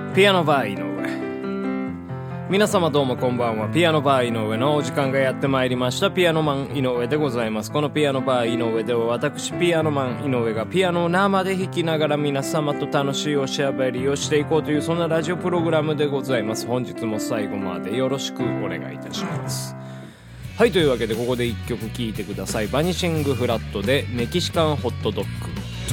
ピアノバー井上。皆様どうもこんばんは。ピアノバー井上のお時間がやってまいりました。ピアノマン井上でございます。このピアノバー井上では私ピアノマン井上がピアノを生で弾きながら皆様と楽しいおしゃべりをしていこうという、そんなラジオプログラムでございます。本日も最後までよろしくお願いいたします。はい、というわけでここで1曲聴いてください。バニシングフラットでメキシカンホットドッグ。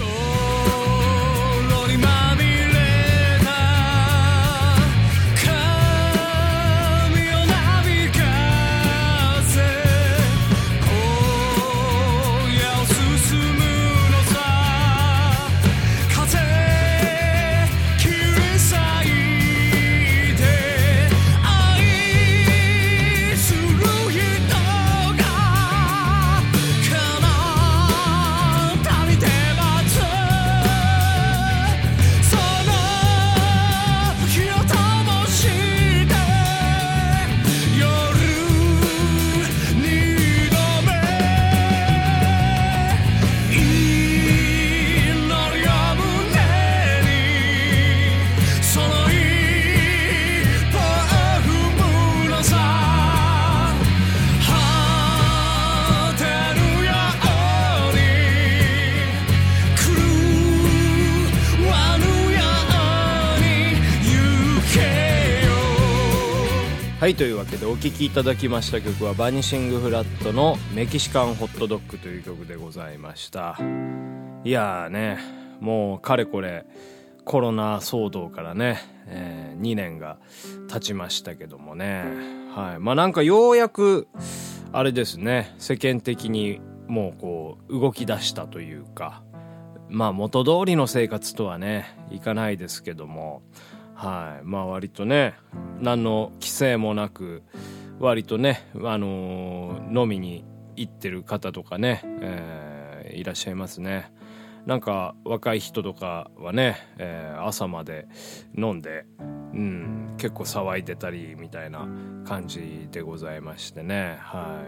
はい、というわけでお聴きいただきました曲はバニシングフラットのメキシカンホットドッグという曲でございました。いやーね、もうかれこれコロナ騒動からね、2年が経ちましたけどもね、はい、まあなんかようやくあれですね、世間的にもうこう動き出したというか、まあ元通りの生活とはねいかないですけども、はい、まあ割とね何の規制もなく割とね、飲みに行ってる方とかね、いらっしゃいますね。なんか若い人とかはね、朝まで飲んで、結構騒いでたりみたいな感じでございましてね、はい、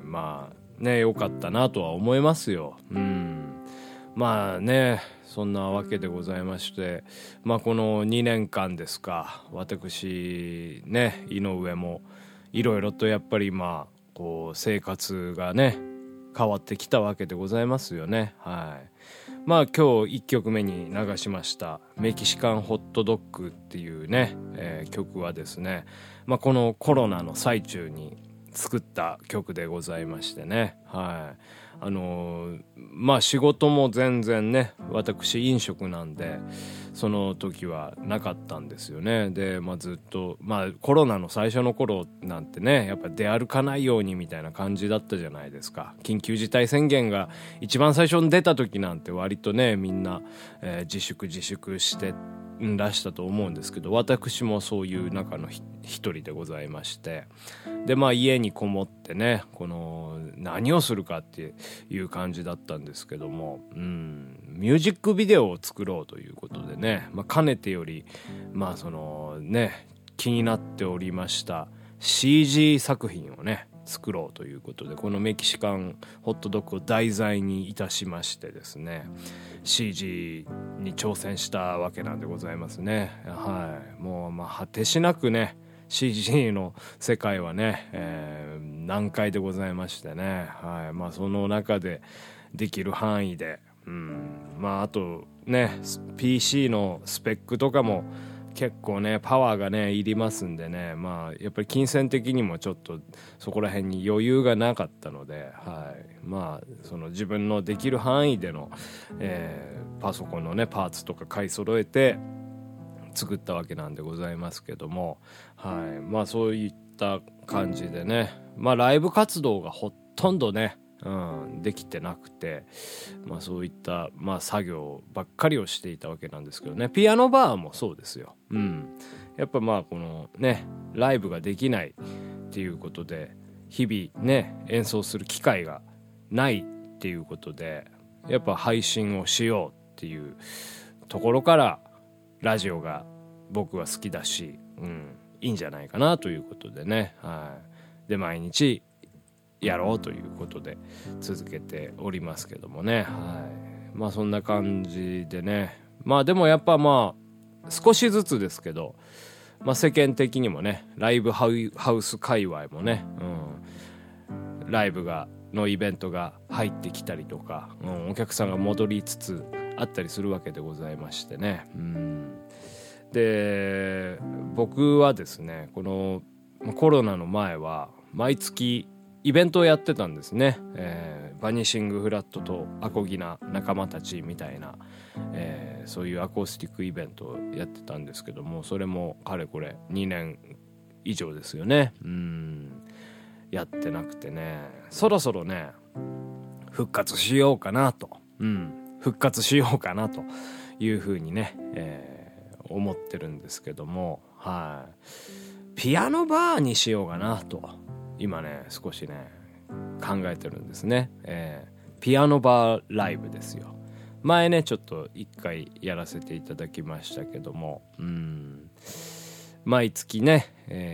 まあね良かったなとは思いますよ。まあね、そんなわけでございまして、まあこの2年間ですか、私ね井上もいろいろとやっぱりまあこう生活がね変わってきたわけでございますよね。はい。まあ今日1曲目に流しましたメキシカンホットドッグっていうね、曲はですね、まあこのコロナの最中に作った曲でございましてね、はい。まあ仕事も全然ね、私飲食なんでその時はなかったんですよね。で、まあずっとまあコロナの最初の頃なんてね、やっぱ出歩かないようにみたいな感じだったじゃないですか。緊急事態宣言が一番最初に出た時なんて割とねみんな、自粛してらしたと思うんですけど、私もそういう中の一人でございまして、でまあ家にこもってね、この何をするかっていう感じだったんですけども、ミュージックビデオを作ろうということでね、まあ、かねてよりまあそのね気になっておりました CG 作品をね作ろうということで、このメキシカンホットドッグを題材にいたしましてですね、 CG に挑戦したわけなんでございますね。はい、もうまあ果てしなくね CG の世界はね、難解でございましてね、はい、まあその中でできる範囲で、まああとね PC のスペックとかも結構ねパワーがねいりますんでね、まあやっぱり金銭的にもちょっとそこら辺に余裕がなかったので、はい、まあその自分のできる範囲での、パソコンのねパーツとか買い揃えて作ったわけなんでございますけども、はい、まあそういった感じでね、まあライブ活動がほとんどねできてなくて、まあそういった、まあ、作業ばっかりをしていたわけなんですけどね。ピアノバーもそうですよ。やっぱまあこのねライブができないっていうことで日々ね演奏する機会がないっていうことで、やっぱ配信をしようっていうところからラジオが僕は好きだし、いいんじゃないかなということでね、はい、で毎日やろうということで続けておりますけどもね、はい、まあそんな感じでね、まあでもやっぱまあ少しずつですけど、世間的にもねライブハウス界隈もね、ライブのイベントが入ってきたりとか、お客さんが戻りつつあったりするわけでございましてね。で僕はですね、このコロナの前は毎月イベントをやってたんですね。バニシングフラットとアコギな仲間たちみたいな、そういうアコースティックイベントをやってたんですけども、それもかれこれ2年以上ですよね。やってなくてね、そろそろね復活しようかなというふうにね、思ってるんですけども、ピアノバーにしようかなと今ね少しね考えてるんですね。ピアノバーライブですよ。前ねちょっと一回やらせていただきましたけども、毎月ね、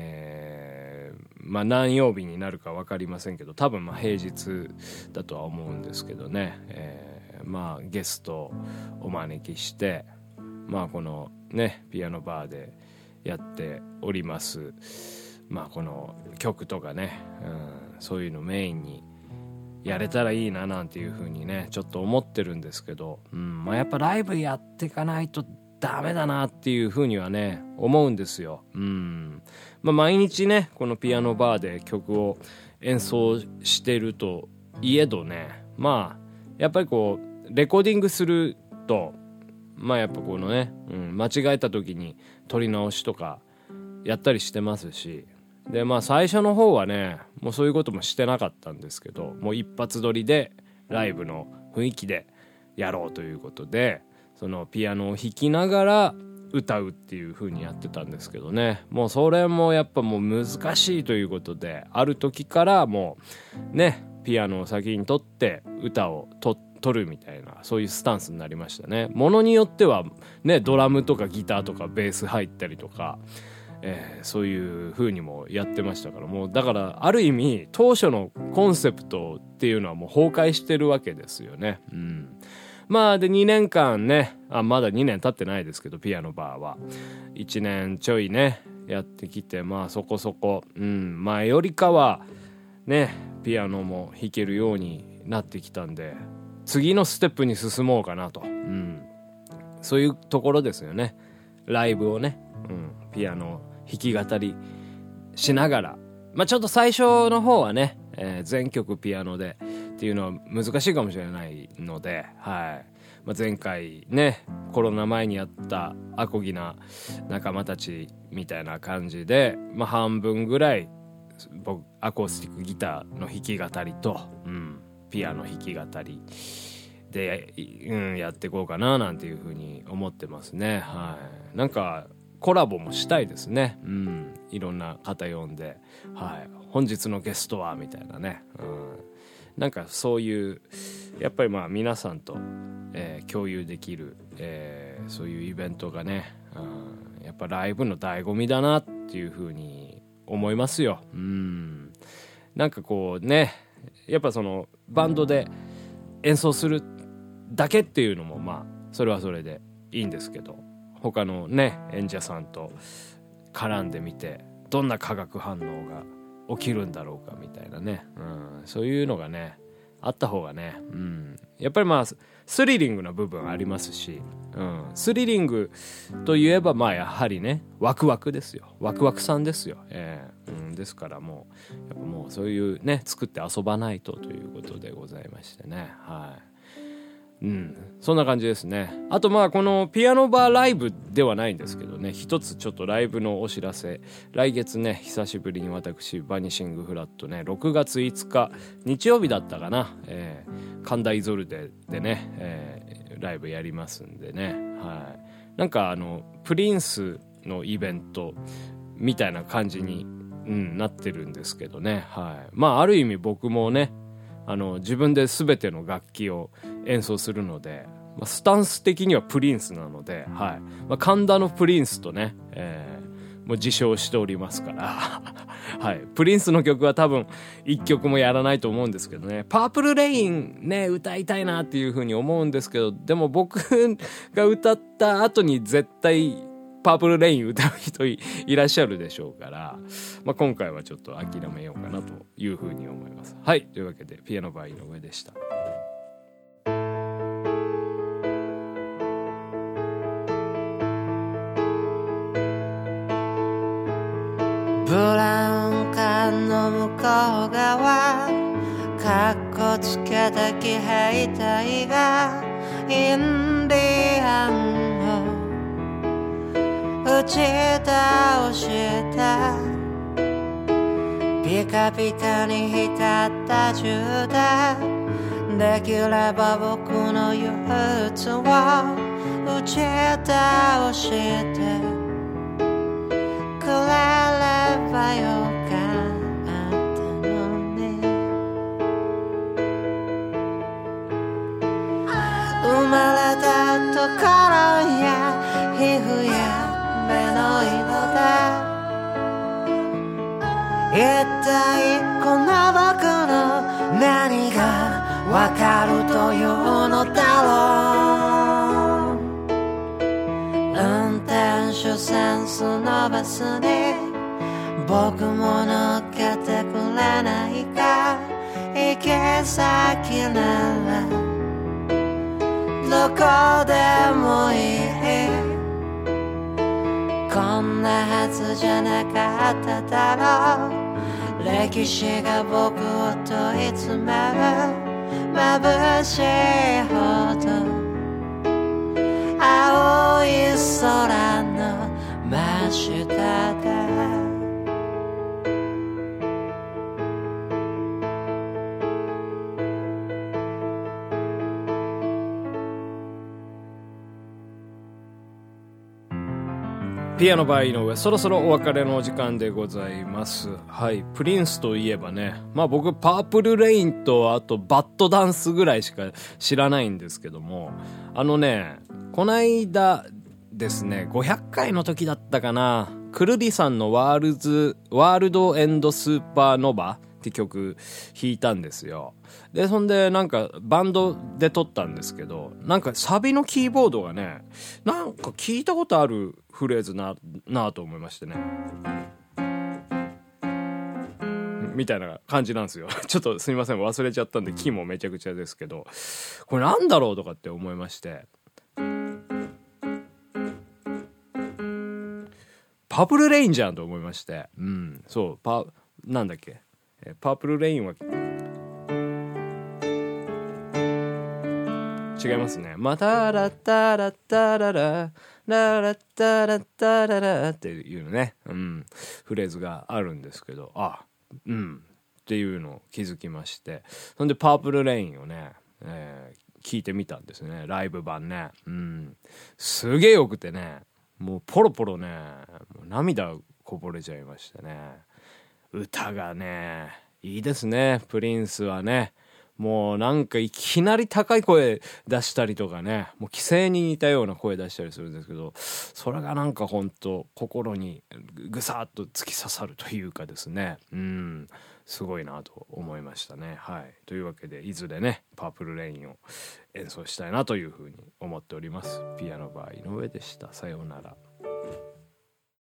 何曜日になるか分かりませんけど、多分平日だとは思うんですけどね、ゲストをお招きして、このねピアノバーでやっております、この曲とかね、そういうのメインにやれたらいいななんていう風にねちょっと思ってるんですけど、やっぱライブやっていかないとダメだなっていう風にはね思うんですよ。毎日ねこのピアノバーで曲を演奏してるといえどね、やっぱりこうレコーディングするとやっぱこのね、間違えた時に撮り直しとかやったりしてますし、で最初の方はねもうそういうこともしてなかったんですけど、もう一発撮りでライブの雰囲気でやろうということで、そのピアノを弾きながら歌うっていう風にやってたんですけどね、もうそれもやっぱもう難しいということで、ある時からもうねピアノを先に取って歌を取るみたいな、そういうスタンスになりましたね。ものによってはねドラムとかギターとかベース入ったりとか、そういう風にもやってましたから、もうだからある意味当初のコンセプトっていうのはもう崩壊してるわけですよね。で2年間ね、まだ2年経ってないですけど、ピアノバーは1年ちょいねやってきて、そこそこ、前よりかはねピアノも弾けるようになってきたんで、次のステップに進もうかなと、そういうところですよね。ライブをね、ピアノ弾き語りしながら、ちょっと最初の方はね、全曲ピアノでっていうのは難しいかもしれないので、前回ねコロナ前にやったアコギな仲間たちみたいな感じで、半分ぐらい僕アコースティックギターの弾き語りと、ピアノ弾き語りで、やっていこうかななんていう風に思ってますね。なんかコラボもしたいですね。いろんな方呼んで、本日のゲストはみたいなね、なんかそういうやっぱり皆さんと、共有できる、そういうイベントがね、やっぱライブの醍醐味だなっていう風に思いますよ。なんかこうね、やっぱそのバンドで演奏するだけっていうのもそれはそれでいいんですけど、他のね演者さんと絡んでみてどんな化学反応が起きるんだろうかみたいなね、そういうのがねあった方がね、やっぱりスリリングな部分ありますし、スリリングといえばやはりねワクワクですよ。ワクワクさんですよ。ですからもうやっぱもうそういうね作って遊ばないとということでございましてね。そんな感じですね。あとこのピアノバーライブではないんですけどね、一つちょっとライブのお知らせ。来月ね久しぶりに私バニシングフラットね6月5日日曜日だったかな、神田イゾルデでね、ライブやりますんでね、なんかプリンスのイベントみたいな感じに、なってるんですけどね、ある意味僕もね自分で全ての楽器を演奏するので、スタンス的にはプリンスなので、神田のプリンスとね、もう自称しておりますからプリンスの曲は多分一曲もやらないと思うんですけどね。パープルレインね歌いたいなっていう風に思うんですけど、でも僕が歌った後に絶対パープルレイン歌う人 いらっしゃるでしょうから、今回はちょっと諦めようかなというふうに思います。はい、というわけでピアノバー井上でした。 ブラウン管の向こう側、かっこつけた騎兵隊がインディアンを打ち倒した。ピカピカに光った銃弾できれば僕の憂鬱を打ち倒してくれればよかったのに。生まれたところや皮膚や目の色で一体この僕の何がわかるというのだろう。運転手センスのバスに僕も乗っけてくれないか。行き先ならどこでもいい。こんなはずじゃなかっただろう。歴史が僕を問い詰める。眩しいほど青い空の真下でピアノバー井上、そろそろお別れのお時間でございます。はい、プリンスといえばね、僕パープルレインとあとバッドダンスぐらいしか知らないんですけども、こないだですね、500回の時だったかな、クルディさんのワールドエンドスーパーノバって曲弾いたんですよ。でそんでなんかバンドで撮ったんですけど、なんかサビのキーボードがね、なんか聞いたことあるフレーズなと思いましてね、みたいな感じなんですよ。ちょっとすみません、忘れちゃったんでキーもめちゃくちゃですけど、これなんだろうとかって思いまして、パープルレインじゃんと思いまして、そうなんだっけ、パープルレインは違いますね。またらったらったららララッタラッタララっていうね、フレーズがあるんですけど、っていうのを気づきまして、そんでパープルレインをね、聞いてみたんですね、ライブ版ね。すげえよくてね、もうポロポロね、もう涙こぼれちゃいましたね。歌がねいいですね。プリンスはね、もうなんかいきなり高い声出したりとかね、もう規制に似たような声出したりするんですけど、それがなんかほんと心にぐさっと突き刺さるというかですね、すごいなと思いましたね。はい、というわけでいずれねパープルレインを演奏したいなというふうに思っております。ピアノバー井上でした。さようなら。